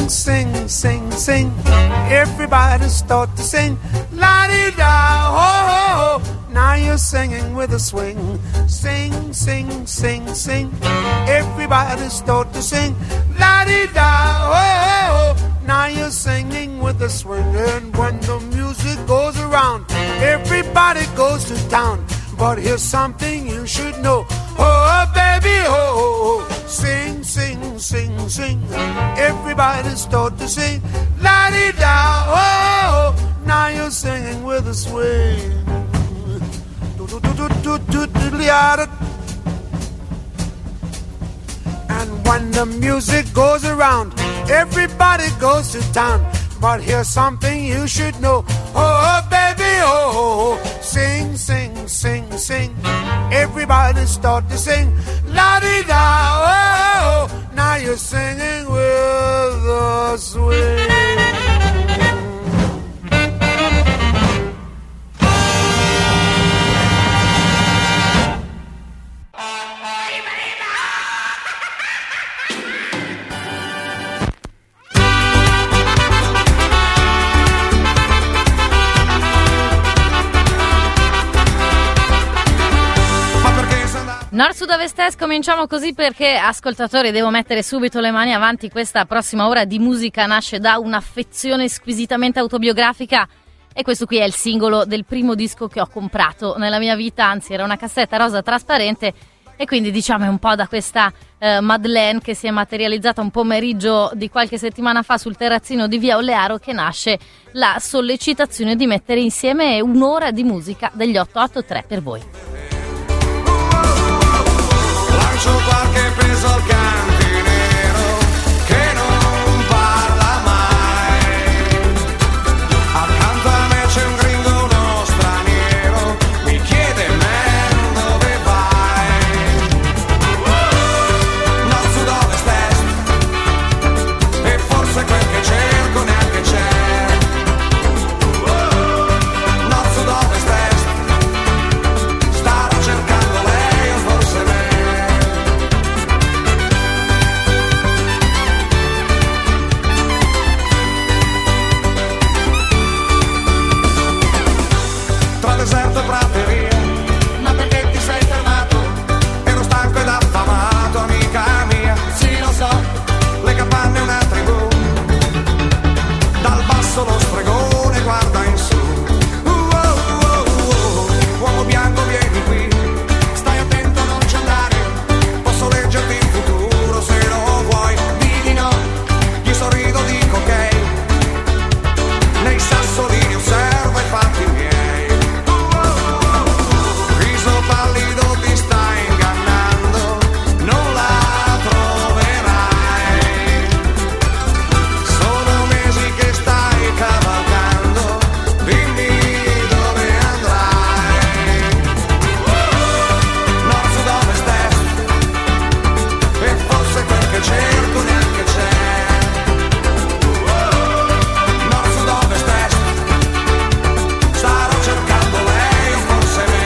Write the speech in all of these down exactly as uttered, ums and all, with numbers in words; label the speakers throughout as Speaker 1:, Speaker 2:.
Speaker 1: sing, sing, sing. Everybody start to sing. La-di-da, ho, ho, ho. Now you're singing with a swing. Sing, sing, sing, sing. Everybody start to sing. La-di-da, ho, ho, ho. Now you're singing with a swing. And when the music goes around, everybody goes to town. But here's something you should know. Oh, baby, oh, oh, oh. Sing, sing, sing, sing. Everybody start to sing. La-di-da, oh, oh. Now you're singing with a swing. And when the music goes around, everybody goes to town. But here's something you should know. Oh, baby, oh, oh, oh. Sing, sing, sing, sing. Everybody start to sing. La-di-da, oh, oh. Now you're singing with the swing.
Speaker 2: Nord, Sud, Ovest, Est, cominciamo così perché, ascoltatori, devo mettere subito le mani avanti. Questa prossima ora di musica nasce da un'affezione squisitamente autobiografica e questo qui è il singolo del primo disco che ho comprato nella mia vita, anzi era una cassetta rosa trasparente e quindi diciamo è un po' da questa eh, Madeleine che si è materializzata un pomeriggio di qualche settimana fa sul terrazzino di Via Olearo che nasce la sollecitazione di mettere insieme un'ora di musica degli otto otto tre per voi.
Speaker 3: Lancio qualche peso al cantinero che non parla mai. Accanto a me c'è un gringo, uno straniero, mi chiede man dove vai. Nord, Sud, Ovest, Est, e forse quel che cerco neanche c'è. Nord, Sud, Ovest, Est, starò cercando lei o forse me. Deserto e prateria, ma perché ti sei fermato? Ero stanco ed affamato, amica mia. Sì, lo so, le capanne una tribù. Dal basso lo stregone guarda in su. Uh, oh, oh, oh. Uomo bianco vieni qui, stai attento a non ci andare. Posso leggerti il futuro se lo vuoi. Di di no, gli sorrido, dico ok. Nei sassolini osservo i fatti miei. Pallido ti sta ingannando, non la troverai. Sono mesi che stai cavalcando, dimmi dove andrai. Nord, Sud, Ovest, Est, e forse quel che cerco neanche c'è. Nord, Sud, Ovest, Est, starò cercando lei o forse me.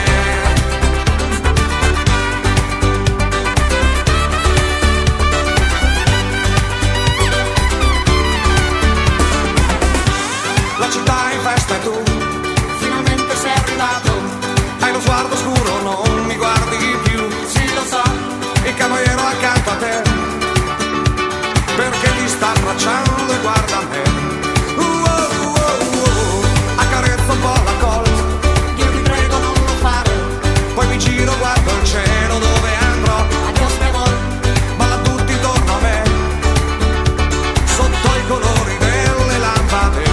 Speaker 3: La città è in festa e tu finalmente sei arrivato. Hai lo sguardo scuro, non mi guardi più. Sì, lo so, il cameriere accanto a te perché ti sta abbracciando e guarda me. Uh, oh, oh, oh. Accarezzo un po' la colla, io ti prego non lo fare. Poi mi giro, guardo il cielo dove andrò. Adios, mi amor, balla tutti intorno a me sotto i colori delle lampade.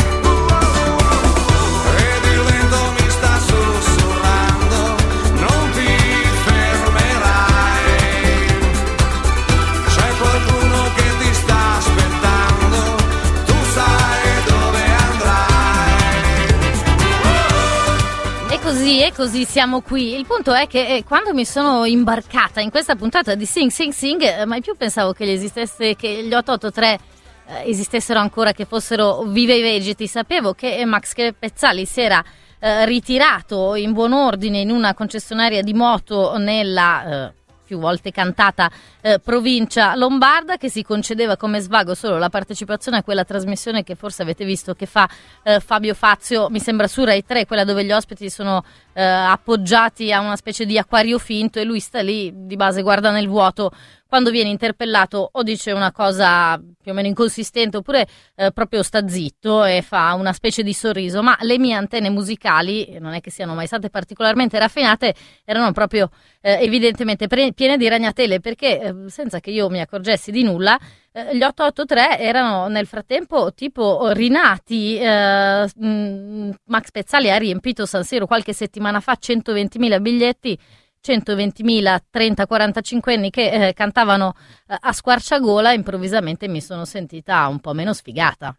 Speaker 2: Così e così siamo qui. Il punto è che eh, quando mi sono imbarcata in questa puntata di Sing Sing Sing, eh, mai più pensavo che esistesse, che gli otto otto tre eh, esistessero ancora, che fossero vive i vegeti. Sapevo che Max Pezzali si era eh, ritirato in buon ordine in una concessionaria di moto nella eh, più volte cantata eh, provincia lombarda, che si concedeva come svago solo la partecipazione a quella trasmissione che forse avete visto che fa eh, Fabio Fazio, mi sembra su Rai tre, quella dove gli ospiti sono eh, appoggiati a una specie di acquario finto e lui sta lì di base, guarda nel vuoto. Quando viene interpellato o dice una cosa più o meno inconsistente oppure eh, proprio sta zitto e fa una specie di sorriso, ma le mie antenne musicali, non è che siano mai state particolarmente raffinate, erano proprio eh, evidentemente pre- piene di ragnatele, perché eh, senza che io mi accorgessi di nulla eh, gli otto otto tre erano nel frattempo tipo rinati. eh, mh, Max Pezzali ha riempito San Siro qualche settimana fa, centoventimila biglietti, centoventimila trenta quarantacinque anni che eh, cantavano eh, a squarciagola. Improvvisamente mi sono sentita un po' meno sfigata.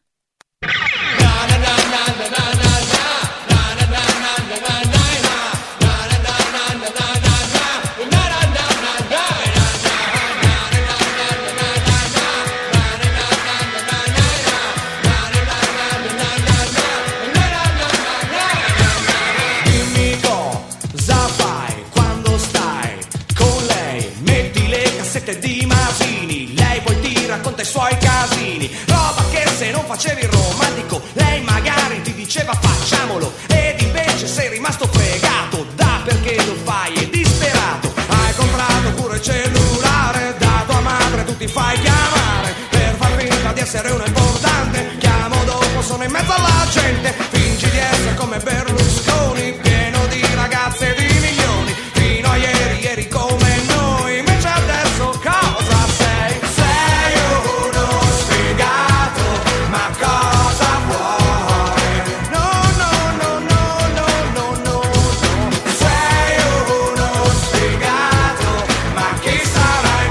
Speaker 3: Di Masini, lei poi ti racconta i suoi casini, roba che se non facevi il romantico lei magari ti diceva facciamolo, ed invece sei rimasto fregato da perché lo fai è disperato. Hai comprato pure il cellulare da tua madre, tu ti fai chiamare per far finta di essere uno importante, chiamo dopo, sono in mezzo alla gente, fingi di essere come Berlusconi, pieno di ragazze e di milioni, fino a ieri eri come noi, invece adesso cosa sei? Sei uno sfigato, ma cosa vuoi? No, no, no, no, no, no, no, no. Sei uno sfigato, ma chi sarai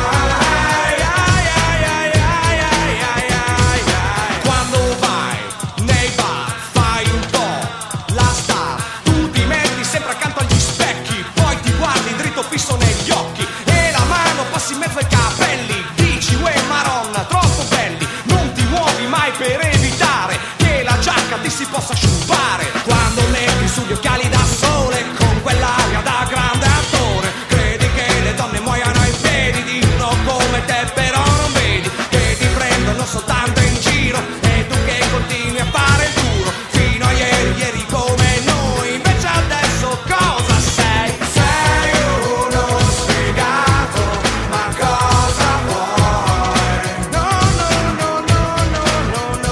Speaker 3: mai? Ai, ai, ai, ai, ai, ai, ai, ai. Quando vai nei bar fai un po' la star, tu ti metti sempre accanto agli specchi, poi ti guardi dritto fisso negli occhi e la mano passi in mezzo ai capelli, dici uè maronna troppo belli, non ti muovi mai per evitare che la giacca ti si possa sciupare. Quando metti su gli occhiali da sole con quell'aria da grande attore, credi che le donne muoiano in piedi, dicono come te però non vedi che ti prendono soltanto in giro e tu che continui a fare il duro, fino a ieri ieri come noi, invece adesso cosa sei? Sei uno sfigato, ma cosa vuoi? No, no, no, no, no, no, no.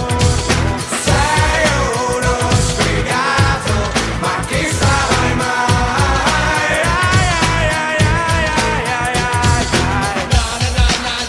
Speaker 3: Sei uno sfigato, ma chi sarai mai? Ai, ai, ai, ai, ai, ai, ai, ai.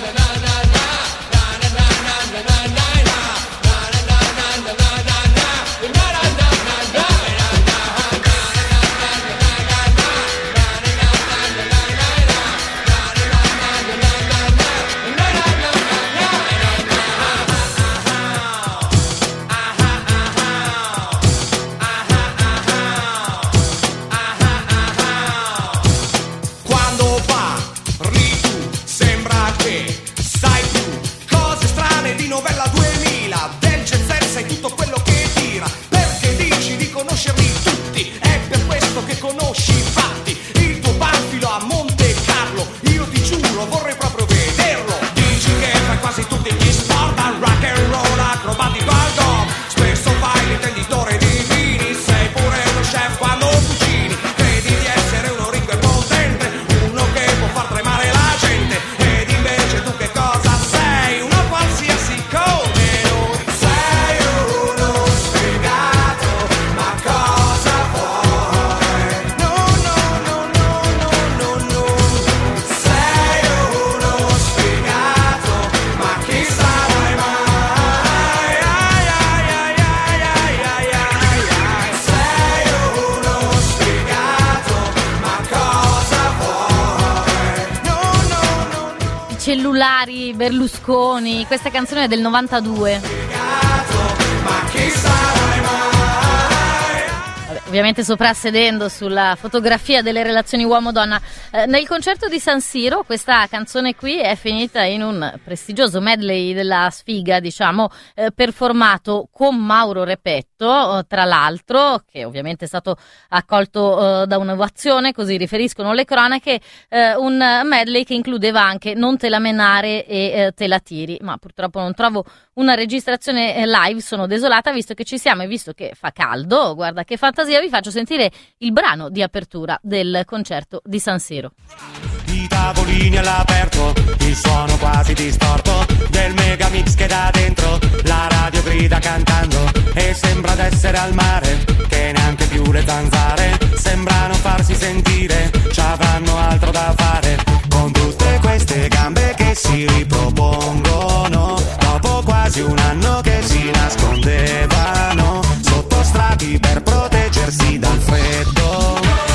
Speaker 3: Quando parli tu sembra che sai più cose strane di novella duemila, del jet set sai tutto quello che tira, perché dici di conoscerli tutti, è per questo che conosci i fatti, il tuo panfilo a Monte Carlo, io ti giuro vorrei proprio vederlo, dici che fai quasi tutti gli sport, dal rock and roll acrobatico al golf, spesso fai l'intenditore di vini, sei pure uno chef quando cucini, credi di essere uno ricco e potente, uno che può far tremare la gente, ed invece tu che cosa sei? Una qualsiasi come noi. Sei uno sfigato, ma cosa vuoi? No, no, no, no, no, no, no. Sei uno sfigato, ma chi sarai mai? Ai, ai, ai, ai, ai, ai, ai, ai. Sei uno sfigato, ma cosa vuoi? No, no, no, no.
Speaker 2: I cellulari, Berlusconi, questa canzone è del novantadue.
Speaker 3: Sfigato, ma chi sarai mai?
Speaker 2: Vabbè, ovviamente soprassedendo sulla fotografia delle relazioni uomo-donna. Eh, nel concerto di San Siro questa canzone qui è finita in un prestigioso medley della sfiga, diciamo, eh, performato con Mauro Repetto, eh, tra l'altro, che ovviamente è stato accolto eh, da un'ovazione, così riferiscono le cronache, eh, un medley che includeva anche Non te la menare e eh, Te la tiri, ma purtroppo non trovo una registrazione live, sono desolata visto che ci siamo e visto che fa caldo. Guarda che fantasia, vi faccio sentire il brano di apertura del concerto di San Siro.
Speaker 3: I tavolini all'aperto, il suono quasi distorto del megamix che da dentro la radio grida cantando e sembra d'essere al mare, che neanche più le zanzare sembrano farsi sentire, c'avranno altro da fare con tutte queste gambe che si ripropongono dopo quasi un anno che si nascondevano sotto strati per proteggersi dal freddo.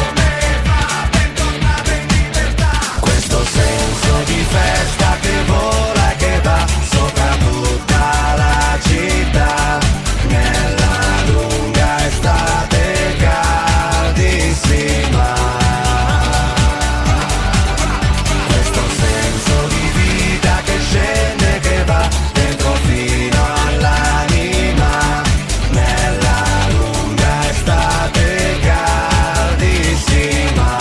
Speaker 3: Questo senso di festa che vola e che va sopra tutta la città nella lunga estate caldissima. Questo senso di vita che scende, che va dentro fino all'anima nella lunga estate caldissima.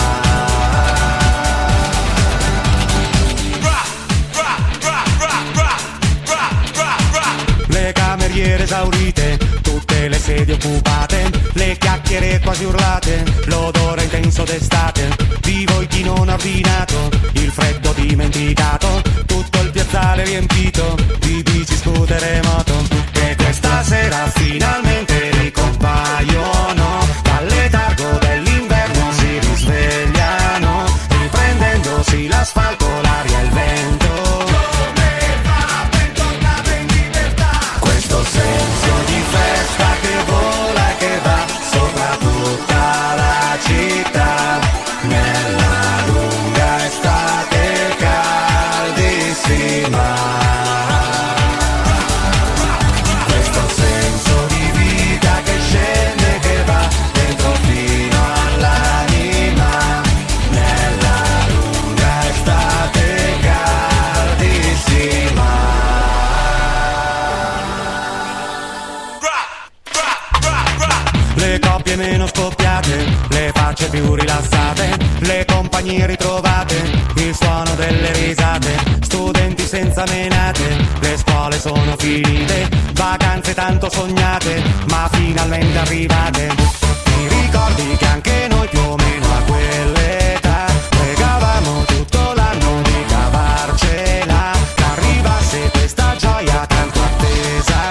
Speaker 3: Le cameriere esaurite, tutte le sedie occupate, le chiacchiere quasi urlate, l'odore intenso d'estate, vivo il chi non ha ordinato, il freddo dimenticato, tutto il piazzale riempito di bici, scooter e moto, che questa sera finalmente ricompaiono, dal letargo dell'inverno si risvegliano, riprendendosi l'asfalto, l'aria e il vento. Senso di festa che vola e che va sopra tutta la città nella lunga estate caldissima. Questo senso di vita che scende, che va dentro fino all'anima nella lunga estate caldissima. Le coppie meno scoppiate, le facce più rilassate, le compagnie ritrovate, il suono delle risate, studenti senza menate, le scuole sono finite, vacanze tanto sognate, ma finalmente arrivate. Ti ricordi che anche noi più o meno a quell'età pregavamo tutto l'anno di cavarcela, che arrivasse questa gioia tanto attesa.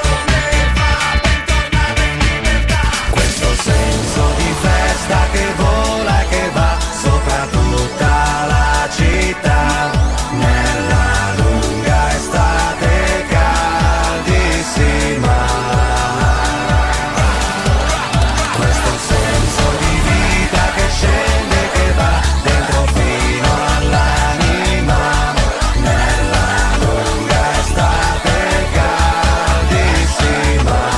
Speaker 3: Senso di festa che vola e che va sopra tutta la città nella lunga estate caldissima. Questo senso di vita che scende, che va dentro fino all'anima nella lunga estate caldissima.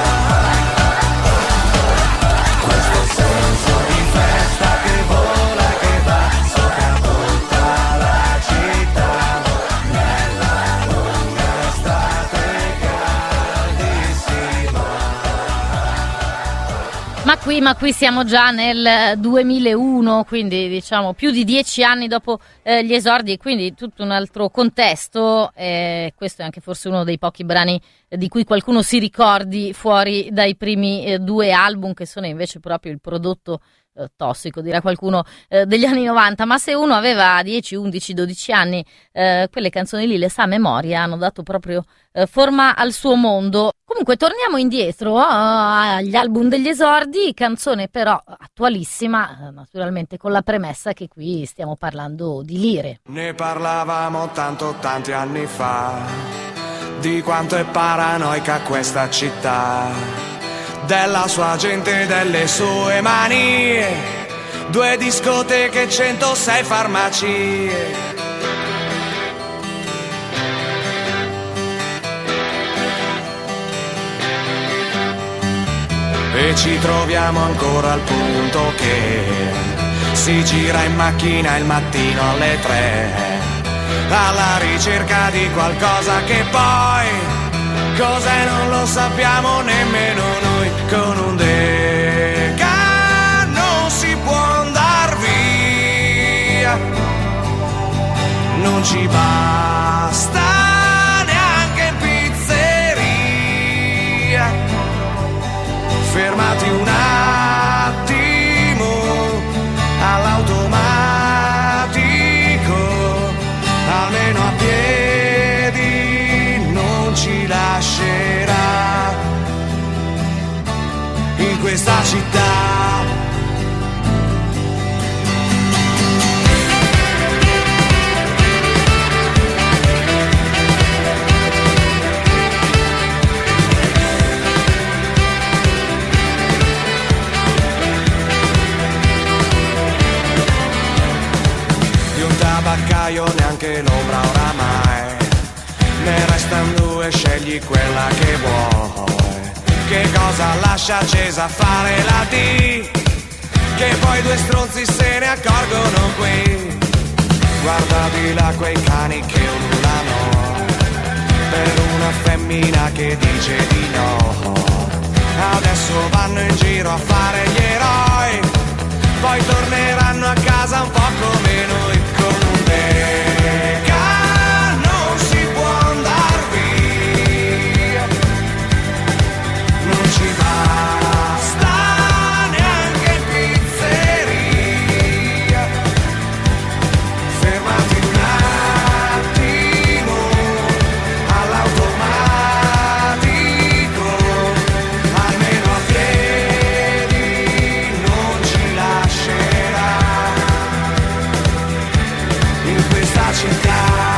Speaker 3: Senso di festa che vola e che va sopra tutta la città nella lunga estate caldissima.
Speaker 2: Ma qui, ma qui siamo già nel duemilauno, quindi diciamo più di dieci anni dopo eh, gli esordi, quindi tutto un altro contesto. Eh, questo è anche forse uno dei pochi brani eh, di cui qualcuno si ricordi fuori dai primi eh, due album, che sono invece proprio il prodotto eh, tossico, dirà qualcuno, eh, degli anni novanta. Ma se uno aveva dieci, undici, dodici anni, eh, quelle canzoni lì le sa a memoria, hanno dato proprio eh, forma al suo mondo. Comunque torniamo indietro uh, agli album degli esordi, canzone però attualissima, uh, naturalmente con la premessa che qui stiamo parlando di lire.
Speaker 3: Ne parlavamo tanto tanti anni fa, di quanto è paranoica questa città, della sua gente e delle sue manie, due discoteche, centosei farmacie. E ci troviamo ancora al punto che si gira in macchina il mattino alle tre, alla ricerca di qualcosa che poi cos'è non lo sappiamo nemmeno noi. Con un Deca non si può andar via, non ci basta neanche in pizzeria. Fermati un attimo all'automatico, almeno a piedi non ci lascerà in questa città. Tabaccaio neanche l'ombra oramai, ne restano due, scegli quella che vuoi. Che cosa lascia accesa a fare la D, che poi due stronzi se ne accorgono qui. Guarda di là quei cani che ululano per una femmina che dice di no. Adesso vanno in giro a fare gli eroi, poi torneranno a casa un po' come noi. Con un Deca non si può andar via, non ci basta neanche in pizzeria. Fermati un attimo all'automatico, almeno a piedi non ci lascerà in questa città.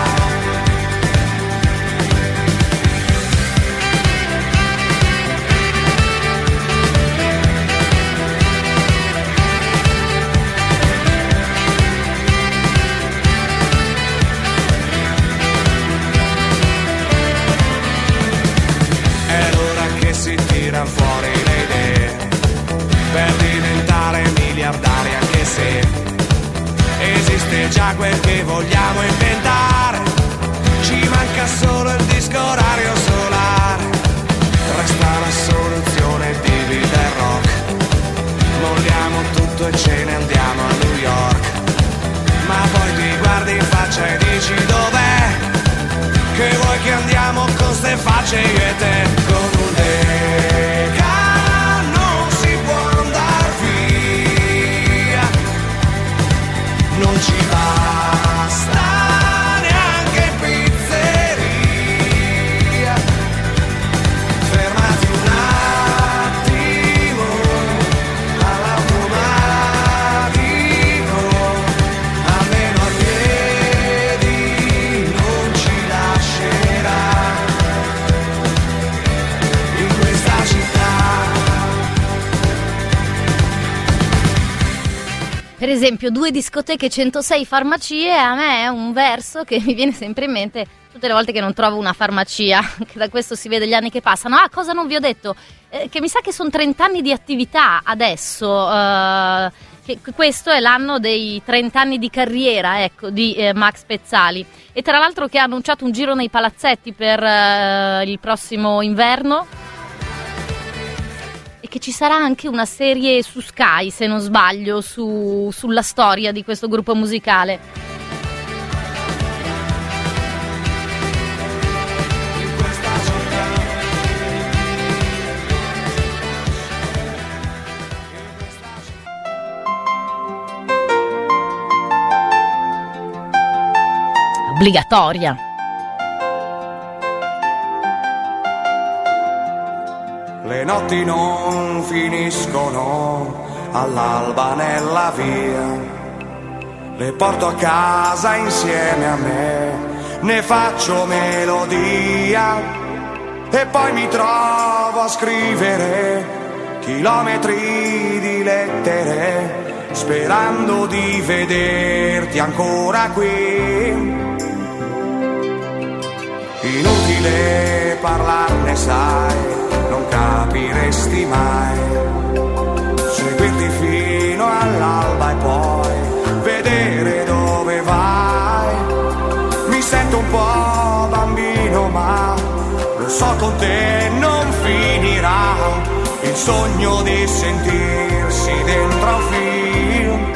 Speaker 3: È l'ora che si tirano fuori le idee per diventare miliardari, anche se esiste già quel che vogliamo inventare. Ci manca solo il disco orario solare, resta la soluzione di vita e rock. Molliamo tutto e ce ne andiamo a New York. Ma poi ti guardi in faccia e dici dov'è, che vuoi che andiamo con ste facce io e te. Con un Deca non si può andar via, non ci basta neanche in pizzeria. Fermati un attimo all'automatico, almeno a piedi non ci lascerà in questa città.
Speaker 2: Per esempio, due discoteche, centosei farmacie, a me è un verso che mi viene sempre in mente tutte le volte che non trovo una farmacia, che da questo si vede gli anni che passano. Ah, cosa non vi ho detto? Eh, che mi sa che sono trenta anni di attività adesso, eh, che questo è l'anno dei trenta anni di carriera, ecco, di eh, Max Pezzali. E tra l'altro che ha annunciato un giro nei palazzetti per eh, il prossimo inverno. E che ci sarà anche una serie su Sky, se non sbaglio, su, sulla storia di questo gruppo musicale. Obbligatoria.
Speaker 3: Le notti non finiscono all'alba nella via, le porto a casa insieme a me, ne faccio melodia e poi mi trovo a scrivere chilometri di lettere sperando di vederti ancora qui. Inutile parlarne, sai, non capiresti mai. Seguirti fino all'alba e poi vedere dove vai. Mi sento un po' bambino, ma lo so con te non finirà. Il sogno di sentirsi dentro a un film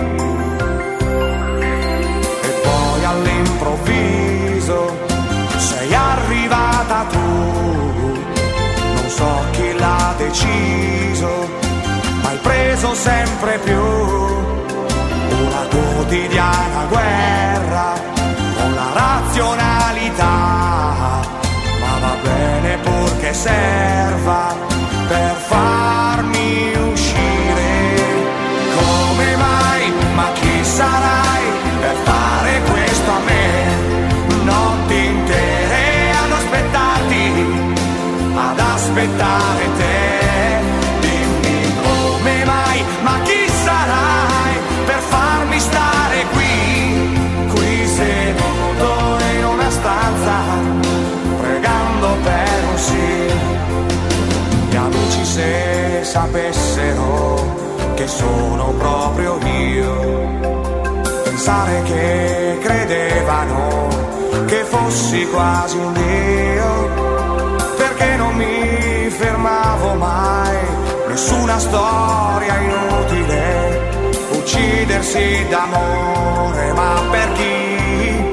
Speaker 3: e poi all'improvviso sei arrivata tu. Non so chi l'ha deciso, ma hai preso sempre più una quotidiana guerra con la razionalità. Ma va bene purché serva per farmi uscire. Come mai? Ma chi sarai per fare questo a me? Notti intere ad aspettarti, ad aspettare te. Dimmi come mai? Ma chi sarai per farmi stare qui, qui seduto in una stanza, pregando per un sì. Gli amici se sapessero che sono proprio io, pensare che credevano che fossi quasi un dio, perché non mi fermavo mai, nessuna storia inutile, uccidersi d'amore, ma per chi?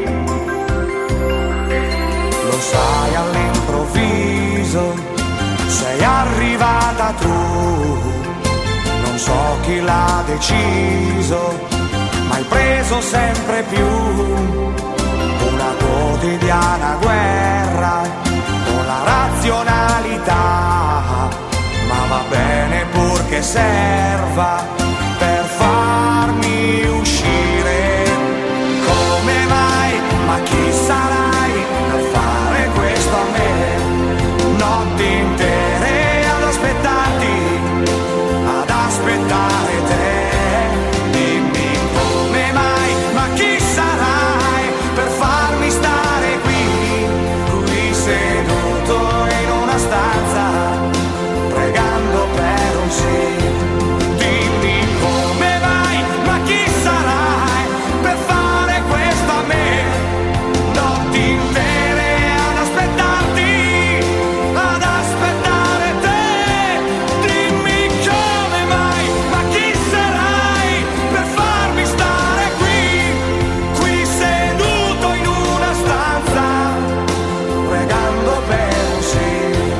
Speaker 3: Lo sai, all'improvviso sei arrivata tu, non so chi l'ha deciso, ma hai preso sempre più una quotidiana guerra con la razionalità. Ma va bene purché serva per farmi uscire. Come mai? Ma chi sarai per fare questo a me? Notti intere ad aspettarti, ad aspettare te. Dimmi come mai, ma chi sarai per farmi stare qui, qui seduto in una stanza, pregando per un sì. Dimmi come mai, ma chi sarai per fare questo a me? Notti intere ad aspettarti, ad aspettare te. Dimmi come mai, ma chi sarai per farmi stare qui, qui seduto in una stanza, pregando per un sì.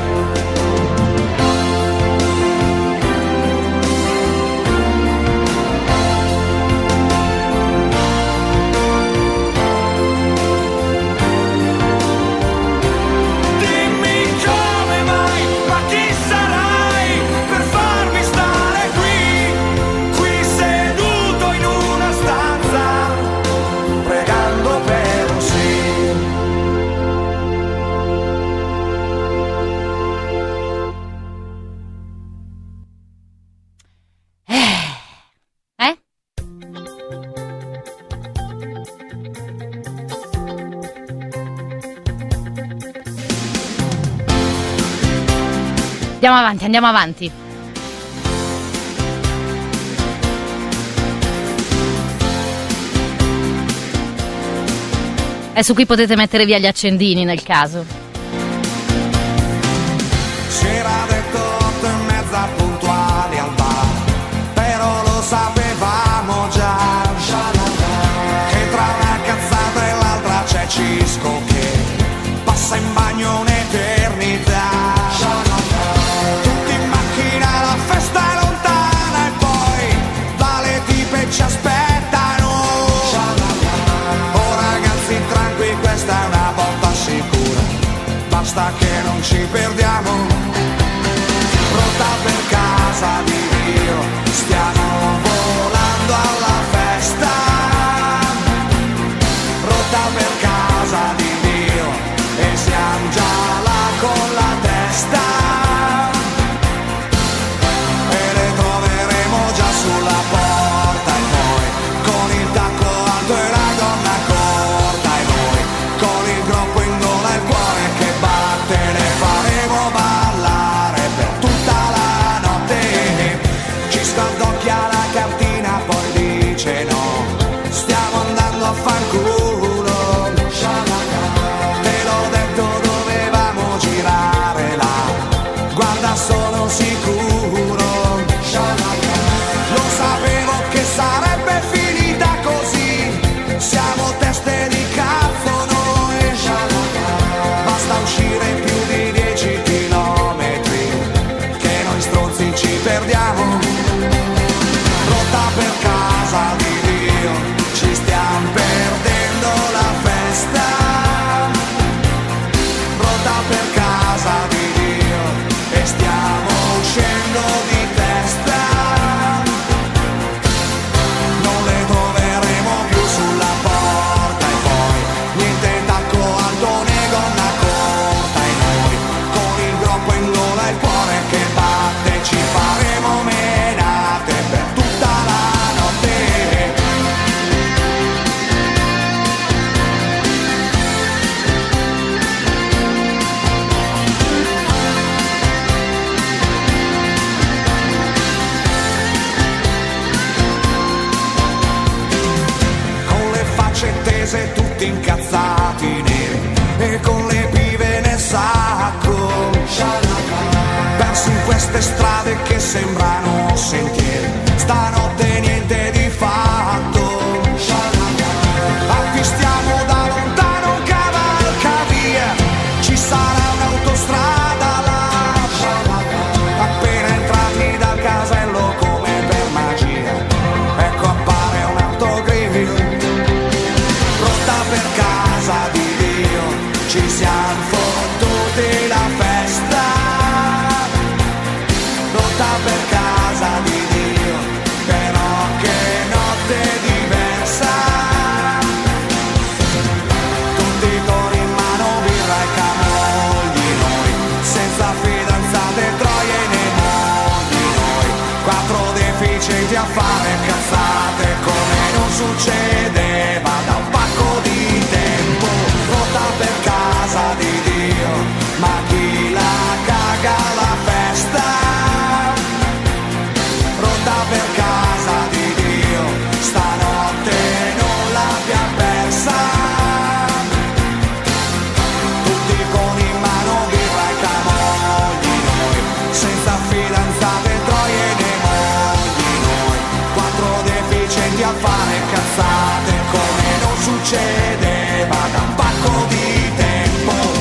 Speaker 3: Dimmi come mai, ma chi sarai per farmi stare qui, qui seduto in una stanza, pregando per un sì.
Speaker 2: Eh? Andiamo avanti, andiamo avanti. È su cui potete mettere via gli accendini nel caso.
Speaker 3: C'era detto otto e mezza puntuali al bar, però lo sapevamo già che tra una cazzata e l'altra c'è Cisco che passa in bagno un'eternità. Tutti in macchina, la festa è lontana e poi dalle tipe ci aspettano. Oh ragazzi tranqui, questa è una botta sicura, basta che non ci perdiamo. Pronta per casa di Dio, stiamo volando alla festa. Pronta per casa di Dio e siamo già là con la testa. E le troveremo già sulla porta e poi con il tacco alto e la gonna corta e noi con il groppo in gola e il cuore che batte ne faremo stiamo andando a fanculo. Te l'ho detto, dovevamo girare là, guarda sono sicuro. Lo sapevo che sarebbe finita così, siamo teste di cazzo noi. Basta uscire più di dieci chilometri, che noi stronzi ci perdiamo. Rotta per casa di Dio, ci stiamo perdendo la festa. Rotta per casa di Dio, e stiamo uscendo di testa. Non le troveremo più sulla porta e poi niente tacco alto né gonna corta. E noi con il groppo in gola e il cuore che batte ci faremo menate per tutta la notte. Con le facce tese tutti incazzati neri e con le pive nel sacco, persi in queste strade che sembrano sentieri, stanotte niente di fatto. Avvistiamo da lontano un cavalcavia, ci sarà un'autostrada là. Appena entrati dal casello come per magia, ecco appare un autogrill. Rotta per casa di Dio, ci siamo fottuti la festa. Rotta per casa di Dio, però che notte diversa. Tutti con in mano birra e camogli noi, senza fidanzate, troie né mogli noi. Quattro deficienti a fare cazzate come non succedeva da un pacco di tempo. Rotta per casa di Dio, ma chi la caga la festa. Rotta per casa di Dio, stanotte non l'abbiamo persa. Tutti con in mano birra e camogli noi, senza fidanzate, troie né mogli noi. Quattro deficienti a fare cazzate come non succedeva da un pacco di tempo.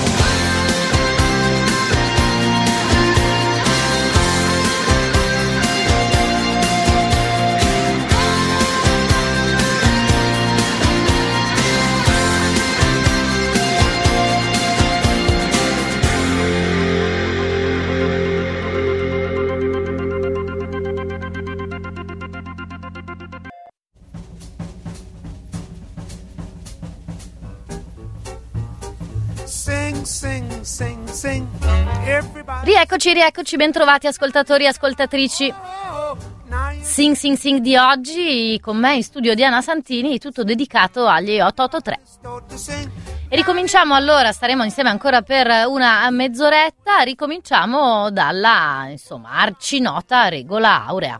Speaker 1: Sing, sing, sing, sing. Everybody.
Speaker 2: Rieccoci, rieccoci, bentrovati ascoltatori e ascoltatrici.
Speaker 1: Oh, now you
Speaker 2: Sing Sing Sing di oggi, con me in studio Diana Santini, tutto dedicato agli otto otto tre.
Speaker 1: start to sing.
Speaker 2: E ricominciamo allora, staremo insieme ancora per una mezz'oretta, ricominciamo dalla, insomma, arcinota regola aurea.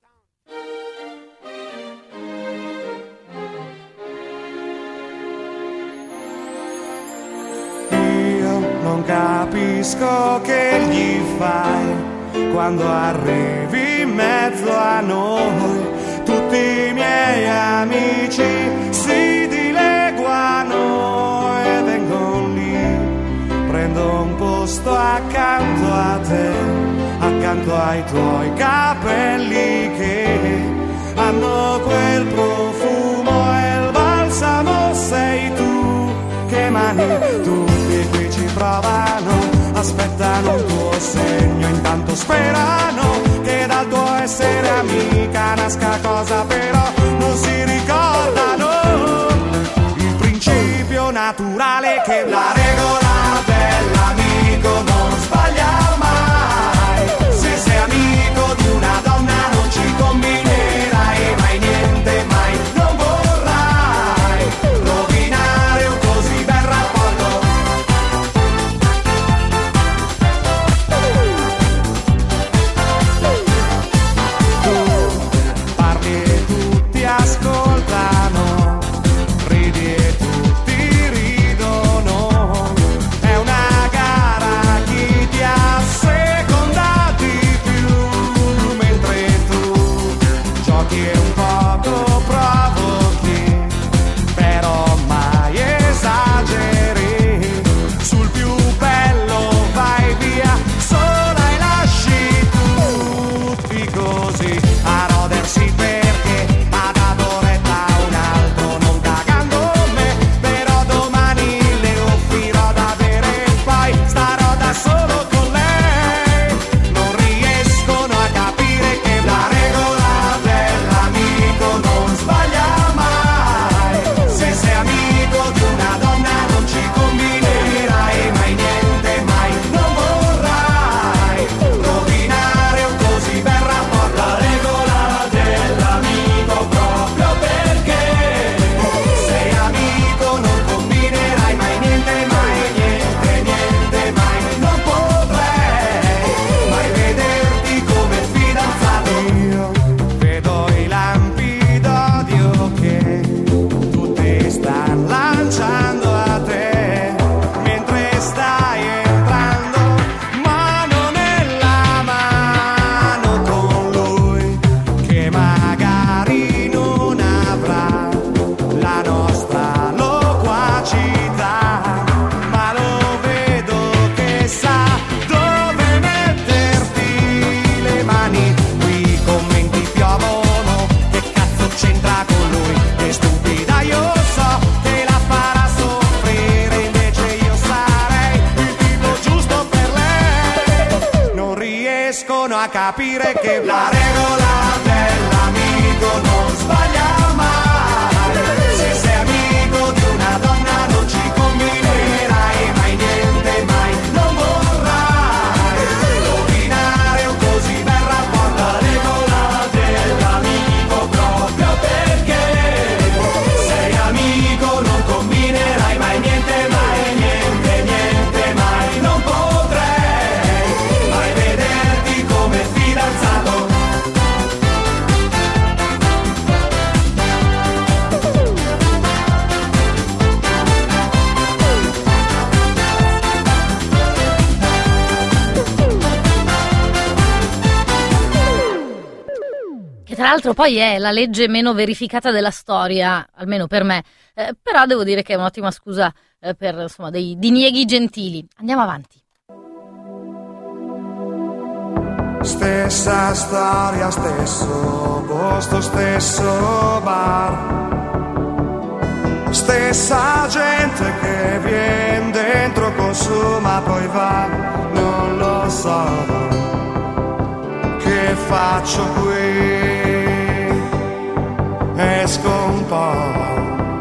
Speaker 3: Io non capisco che gli fai quando arrivi in mezzo a noi. Tutti i miei amici si dileguano e vengono lì. Prendo un posto accanto a te, accanto ai tuoi capelli che hanno quel profumo e il balsamo sei tu. Che mani, tutti qui ci provano, aspettano un tuo segno, intanto sperano che dal tuo essere amica nasca cosa, però non si ricordano il principio naturale che la regola dell'amico non sbaglia mai. Se sei amico di una donna non ci combinerai mai niente, mai non vorrai rovinare un così bel rapporto. Tu parli e tutti ascoltano, a capire che la regola dell'amico non sbaglia mai. Se sei amico di una donna non ci combinerai mai niente, mai non vorrai rovinare un così bel rapporto. La regola dell'amico proprio perché sei amico non combinerai mai niente, mai niente, niente, mai non potrei mai vederti come fidanzato.
Speaker 2: Che tra l'altro poi è la legge meno verificata della storia, almeno per me, eh, però devo dire che è un'ottima scusa eh, per insomma dei dinieghi gentili. Andiamo avanti.
Speaker 3: Stessa storia, stesso posto, stesso bar, stessa gente che viene dentro, consuma, poi va. Non lo so che faccio qui, esco un po'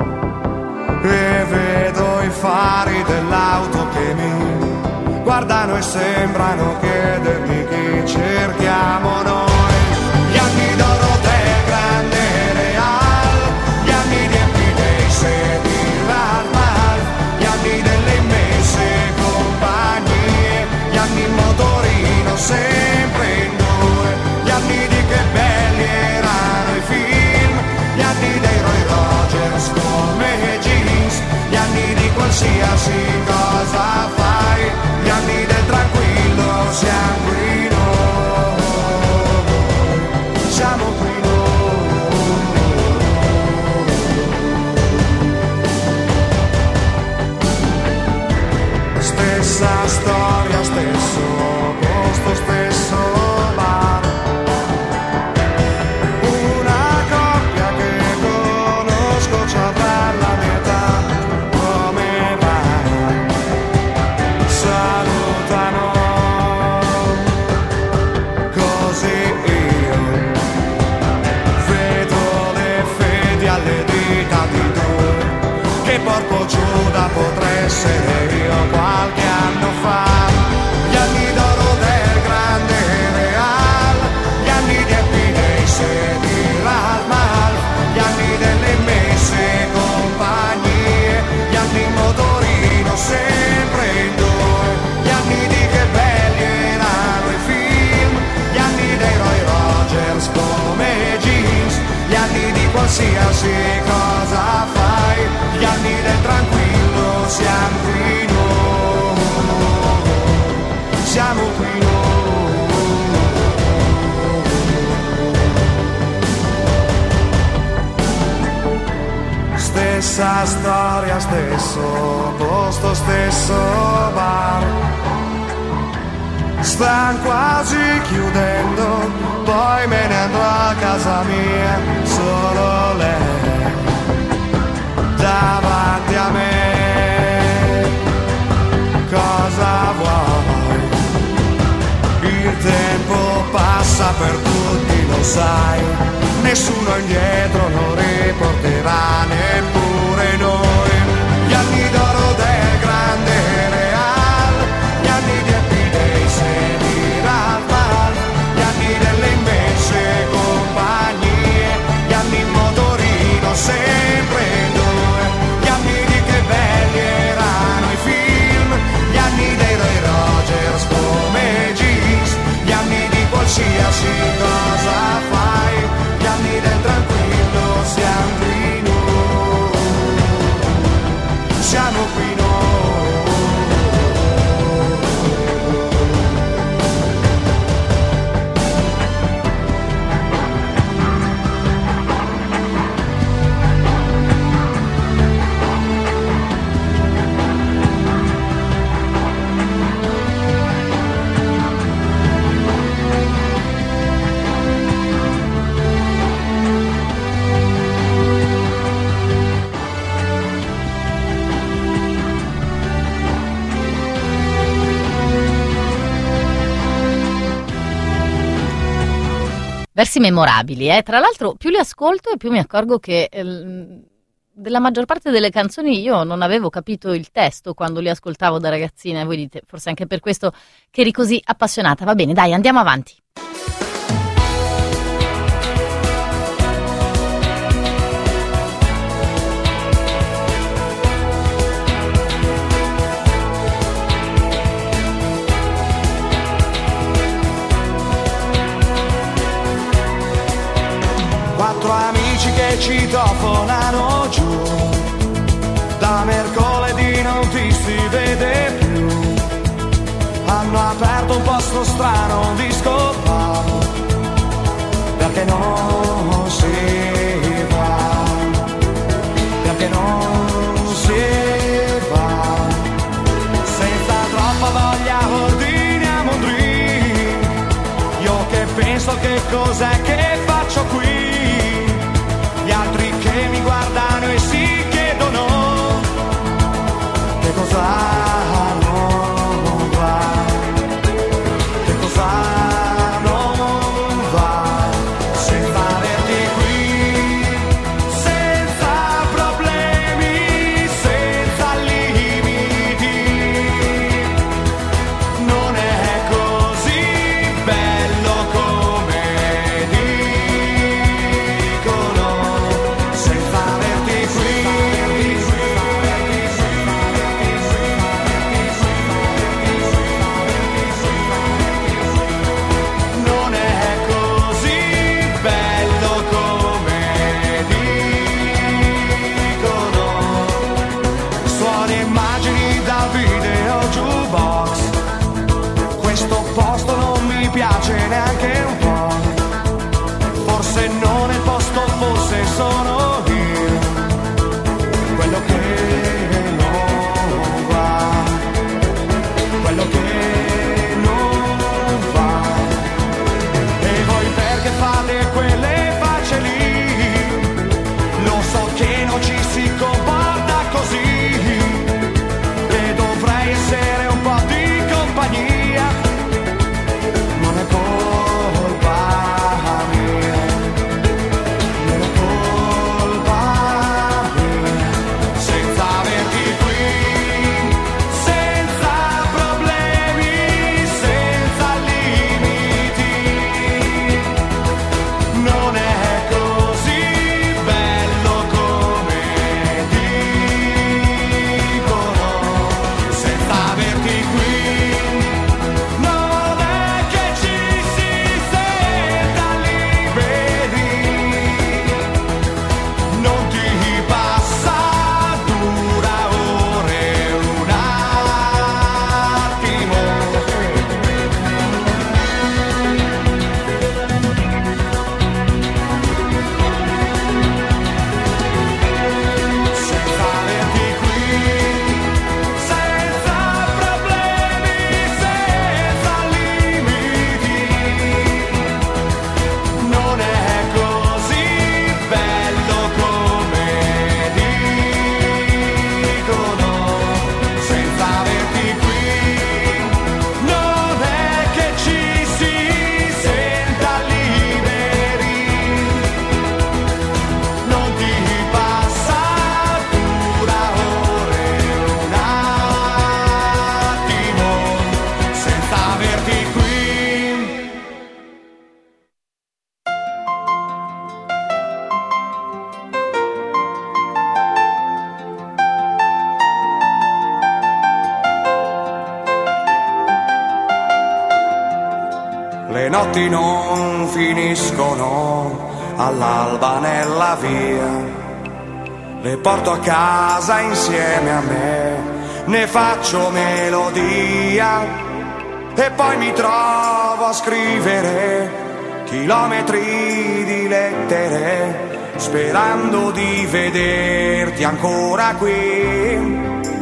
Speaker 3: e vedo i fari dell'auto che mi guardano e sembrano chiedermi chi cerchiamo noi. Gli anni d'oro del grande Real, gli anni riempi dei sedi Ralph, gli anni delle immense compagnie, gli anni in motorino sempre in due, gli anni di che belli erano i film, gli anni dei Roy Rogers come jeans, gli anni di qualsiasi cosa fai, gli anni del tranquillo, siamo qui noi, siamo qui noi. Stessa storia, stesso posto, stesso bar, una coppia che conosco ci avrà la mia età. Come va? Salutano, così io vedo le fedi alle dita di due. Che porco Giuda potrei essere io qualche anno fa. Gli anni d'oro del grande Real, gli anni di Happy Days e di Ralph Malph, gli anni delle immense compagnie, gli anni in motorino sempre in due, gli anni di che belli erano i film, gli anni dei Roy Rogers come jeans, gli anni di qualsiasi cosa fai, gli anni del tranquillo, siamo qui noi, siamo qui noi. Stessa storia, stesso posto, stesso bar, stan quasi chiudendo, poi me ne andrò a casa mia, solo lei davanti a me. Cosa vuoi? Il tempo passa per tutti, lo sai, nessuno indietro non riporterà neppure noi. Gli anni d'oro del grande Real, gli anni di Happy Days e di Ralph Malph, gli anni delle immense compagnie, gli anni in motorino sempre in due, gli anni di che belli erano i film, gli anni dei Roy Rogers come jeans, gli anni di qualsiasi cosa fai, gli anni del tranquillo, siamo qui noi,
Speaker 2: versi memorabili, eh. Tra l'altro più li ascolto e più mi accorgo che eh, della maggior parte delle canzoni io non avevo capito il testo quando li ascoltavo da ragazzina, e voi dite forse anche per questo che eri così appassionata. Va bene, dai, andiamo avanti.
Speaker 3: Quattro amici che citofonano giù, da mercoledì non ti si vede più. Hanno aperto un posto strano, un disco bar, perché non si va, perché non si va. Senza troppa voglia ordiniamo un drink. Io che penso che cos'è che faccio qui. Gli altri che mi guardano e si chiedono che cosa non va, che cosa non va. Senza averti qui, senza problemi, senza limiti, non è così bello come piace neanche un po', forse non è il posto, forse sono io quello che non va, quello che non va. E voi perché fate quelle facce lì? Lo so che non ci si comporta così, e dovrei essere un po' di compagnia.
Speaker 4: Le notti non finiscono all'alba nella via, le porto a casa insieme a me, ne faccio melodia e poi mi trovo a scrivere chilometri di lettere sperando di vederti ancora qui.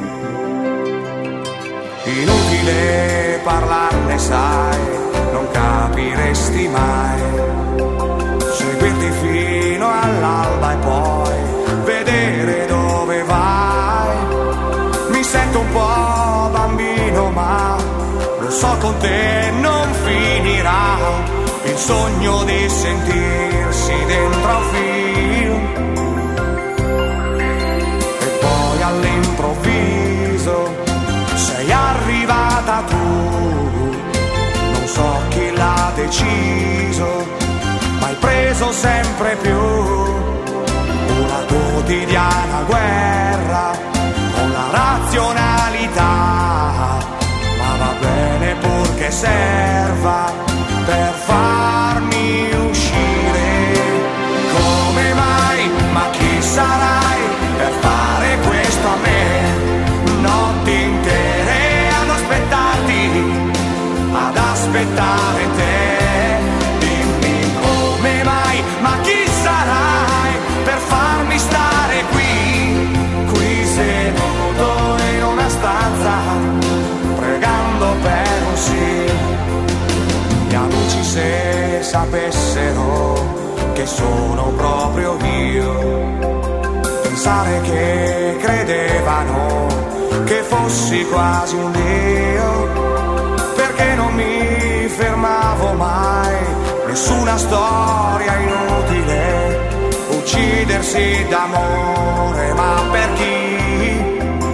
Speaker 4: Inutile parlarne, sai, non capiresti mai. Seguirti fino all'alba e poi vedere dove vai. Mi sento un po' bambino, ma lo so con te non finirà. Il il sogno di sentirsi dentro un film. E poi all'improvviso sei arrivata tu, non so chi l'ha deciso, ma hai preso sempre più una quotidiana guerra con la razionalità, ma va bene purché serva per farmi uscire. Come mai, ma chi sarai per fare questo a me? Notti intere ad aspettarti, ad aspettare te. Dimmi come mai, ma chi sarai per farmi stare qui, qui seduto in una stanza, pregando per un sì. Gli amici se sapessero che sono proprio io, pensare che credevano che fossi quasi un dio, perché non mi fermavo mai, nessuna storia inutile, uccidersi d'amore, ma per chi?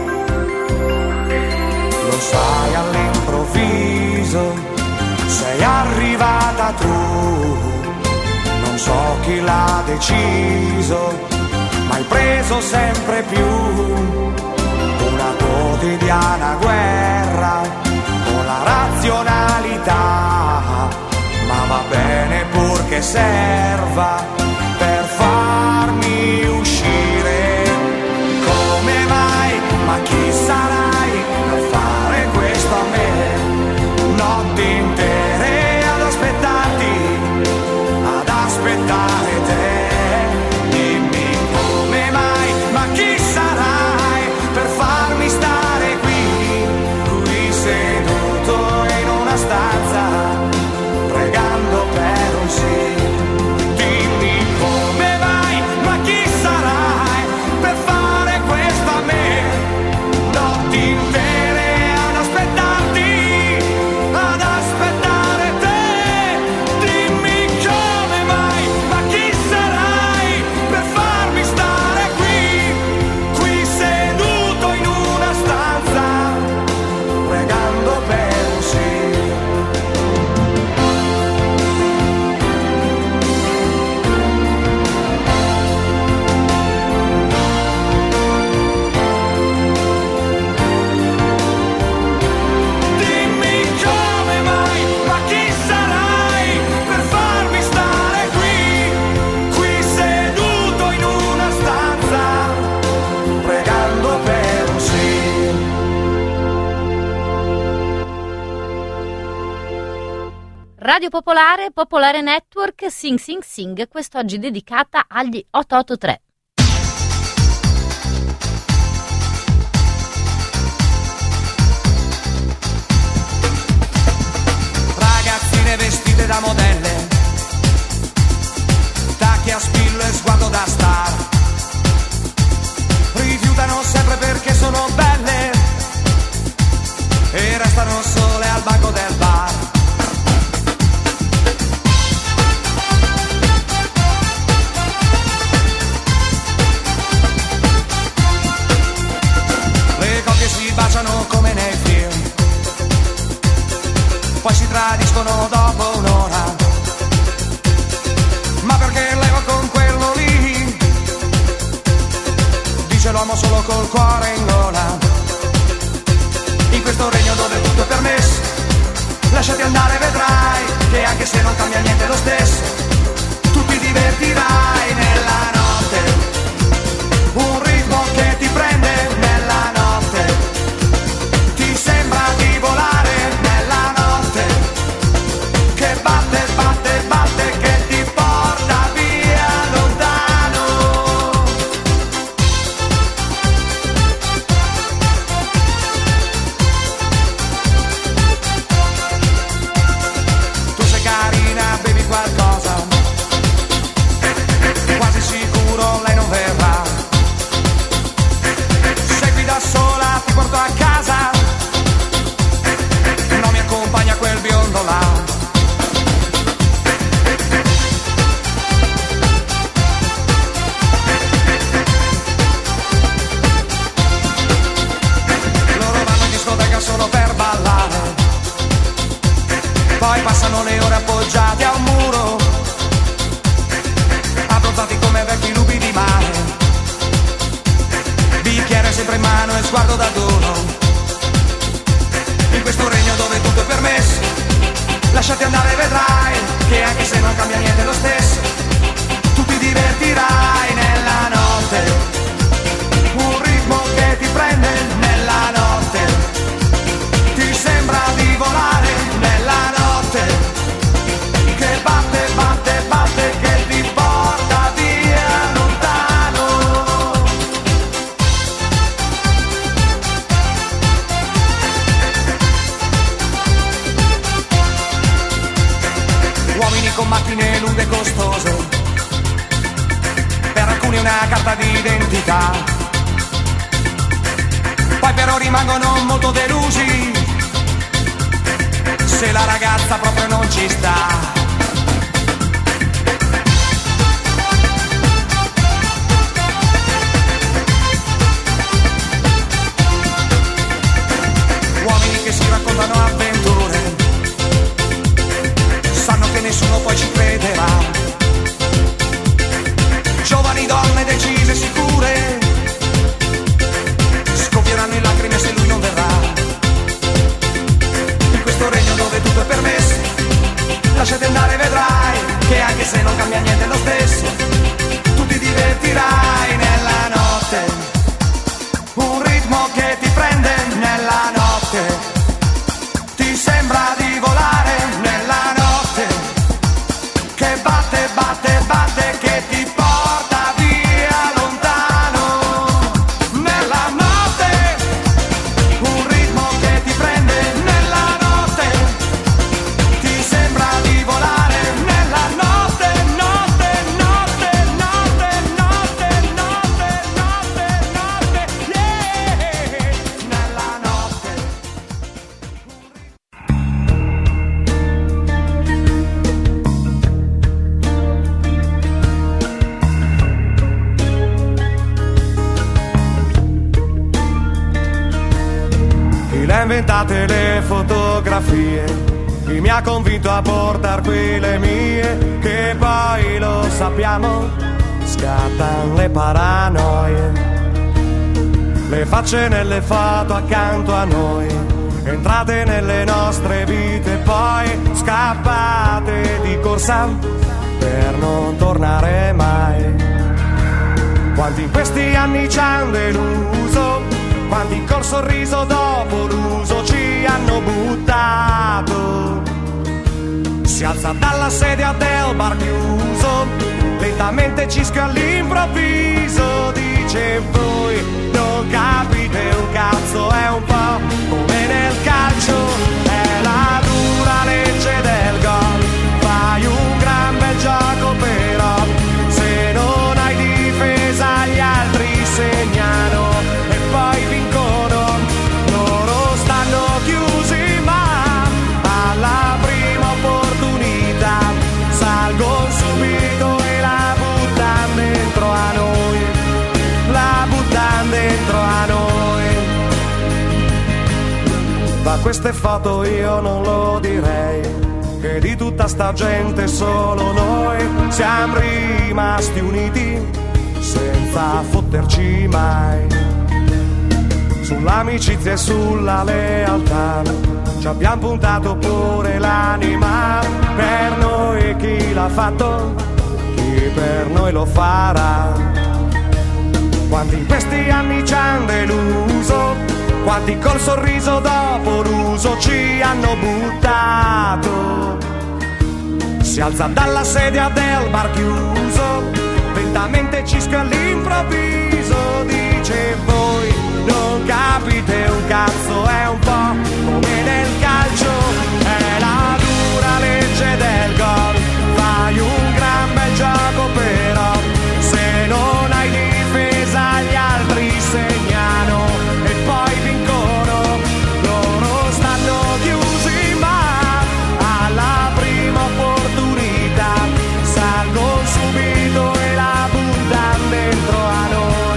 Speaker 4: Lo sai, all'improvviso sei arrivata tu, non so chi l'ha deciso, ma hai preso sempre più una quotidiana guerra con la razionalità, ma va bene purché serva per farmi uscire. Come mai, ma chi sarai per fare questo a me? Notti intere ad aspettarti, ad aspettare te. Dimmi come mai, ma chi sarai per farmi stare qui, qui seduto in una stanza, pregando per un sì. Dimmi come mai, ma chi sarai per fare questo a me? Notti intere ad aspettarti, ad aspettare te. Dimmi come mai, ma chi sarai per farmi stare qui, qui seduto in una stanza, pregando per un sì. Dimmi come mai, ma chi sarai per farmi stare qui, qui seduto in una stanza, pregando per un sì.
Speaker 2: Radio Popolare, Popolare Network, Sing Sing Sing, quest'oggi dedicata agli otto otto tre.
Speaker 4: Ragazzine vestite da modelle, tacchi a spillo e sguardo da star, rifiutano sempre perché sono belle e restano sole al banco del bar. Le coppie si baciano come nei film, poi si tradiscono dopo un'ora. Ma perché levo con quello lì? Dice l'uomo solo col cuore in gola. In questo regno dove tutto è permesso, lasciati andare, vedrai che anche se non cambia niente lo stesso, tu ti divertirai nella notte. Un ritmo che ti prende nella notte, ti sembra di volare nella notte, che batte, batte, batte, che ti porta via lontano. Tu sei carina, bevi qualcosa, appoggiati a un muro, abbronzati come vecchi lupi di mare, bicchiere sempre in mano e sguardo da duro. In questo regno dove tutto è permesso, lasciati andare, vedrai che anche se non cambia niente lo stesso, tu ti divertirai nella notte. Un ritmo che ti prende nella notte, ti sembra di volare nella notte, che batte, batte, batte, che ti porta via lontano. Uomini con macchine lunghe e costose, per alcuni una carta d'identità, poi però rimangono molto delusi se la ragazza proprio non ci sta. Uomini che si raccontano avventure, sanno che nessuno poi ci crederà. Giovani donne decise, sicure, scoppieranno in lacrime se lui non verrà. In questo regno dove tutto è permesso, lasciati andare, vedrai che anche se non cambia niente lo stesso, tu ti divertirai nella notte. Un ritmo che ti prende nella notte, ti sembra di volare nella notte, che batte, batte, batte, che ti porta via lontano nella notte. Un ritmo che ti prende nella notte, ti sembra di volare nella notte, notte, notte, notte, notte, notte, notte, notte, yeah, nella notte.
Speaker 3: Chi le ha inventate le fotografie, chi mi ha convinto a portar qui le mie, che poi lo sappiamo, scattano le paranoie. Le facce nelle foto accanto a noi, entrate nelle nostre vite, poi scappate di corsa per non tornare mai. Quanti in questi anni ci hanno deluso, quanti col sorriso dopo l'uso ci hanno buttato. Si alza dalla sedia del bar chiuso, lentamente cischia all'improvviso, dice voi non capite un cazzo, è un po' come nel calcio, è la dura legge del gol, fai un gran bel gioco però, se non hai difesa gli altri segnano e poi vincono, loro stanno chiusi ma alla prima opportunità salgono subito e la buttano dentro a noi, la buttano dentro a noi. Da queste foto io non lo direi, che di tutta sta gente solo noi siamo rimasti uniti senza fotterci mai. Sull'amicizia e sulla lealtà ci abbiamo puntato pure l'anima, per noi chi l'ha fatto, chi per noi lo farà. Quanti in questi anni ci hanno deluso, quanti col sorriso dopo l'uso ci hanno buttato. Si alza dalla sedia del bar chiuso, lentamente cischia all'improvviso, dice voi non capite un cazzo, è un po' come nel calcio, è la dura legge del gol, fai un gran bel gioco però, se non hai difesa gli altri segnano e poi vincono, loro stanno chiusi ma alla prima opportunità salgono subito e la buttano dentro a noi.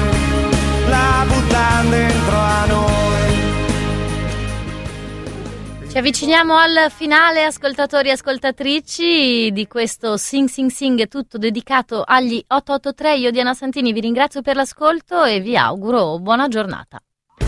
Speaker 2: Ci avviciniamo al finale, ascoltatori e ascoltatrici, di questo Sing Sing Sing, tutto dedicato agli otto otto tre. Io, Diana Santini, vi ringrazio per l'ascolto e vi auguro buona giornata.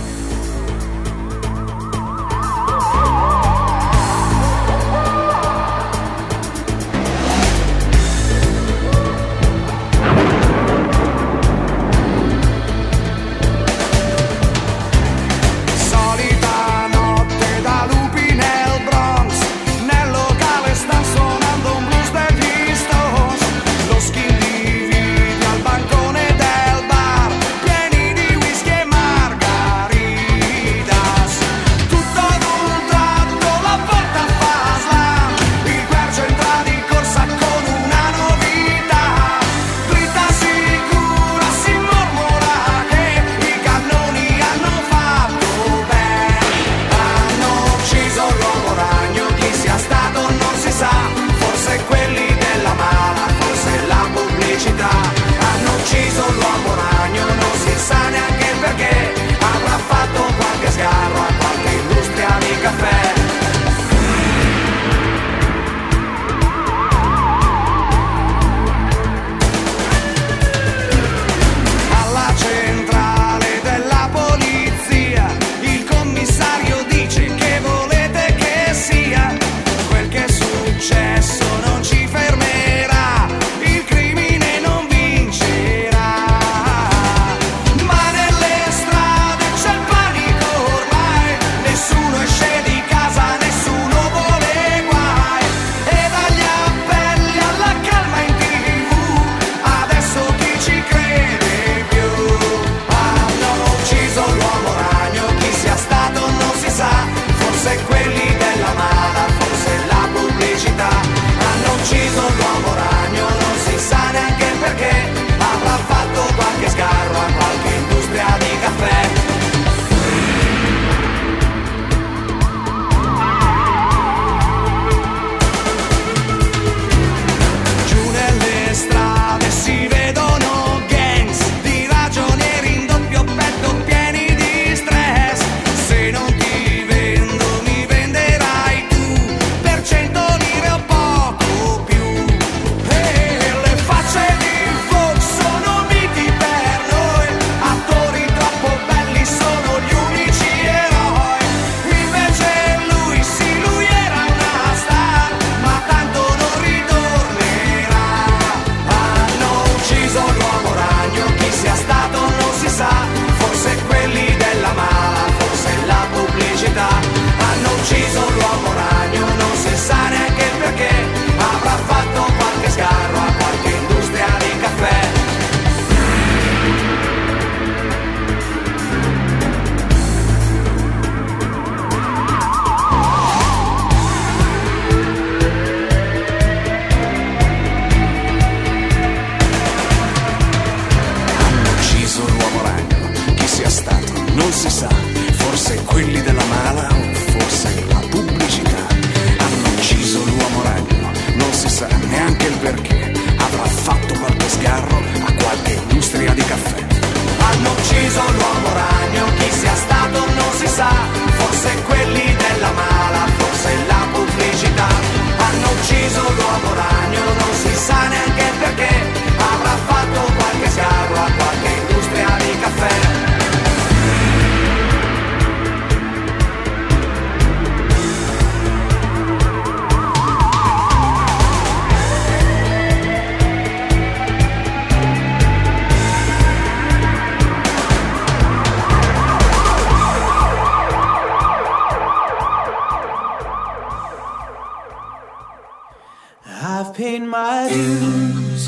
Speaker 5: paid my dues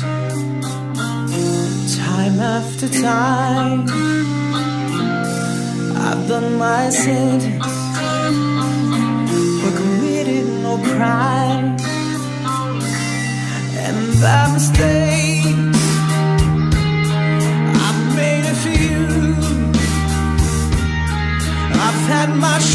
Speaker 5: time after time. I've done my sentence, but committed no crime. And by mistake I've made a few. I've had my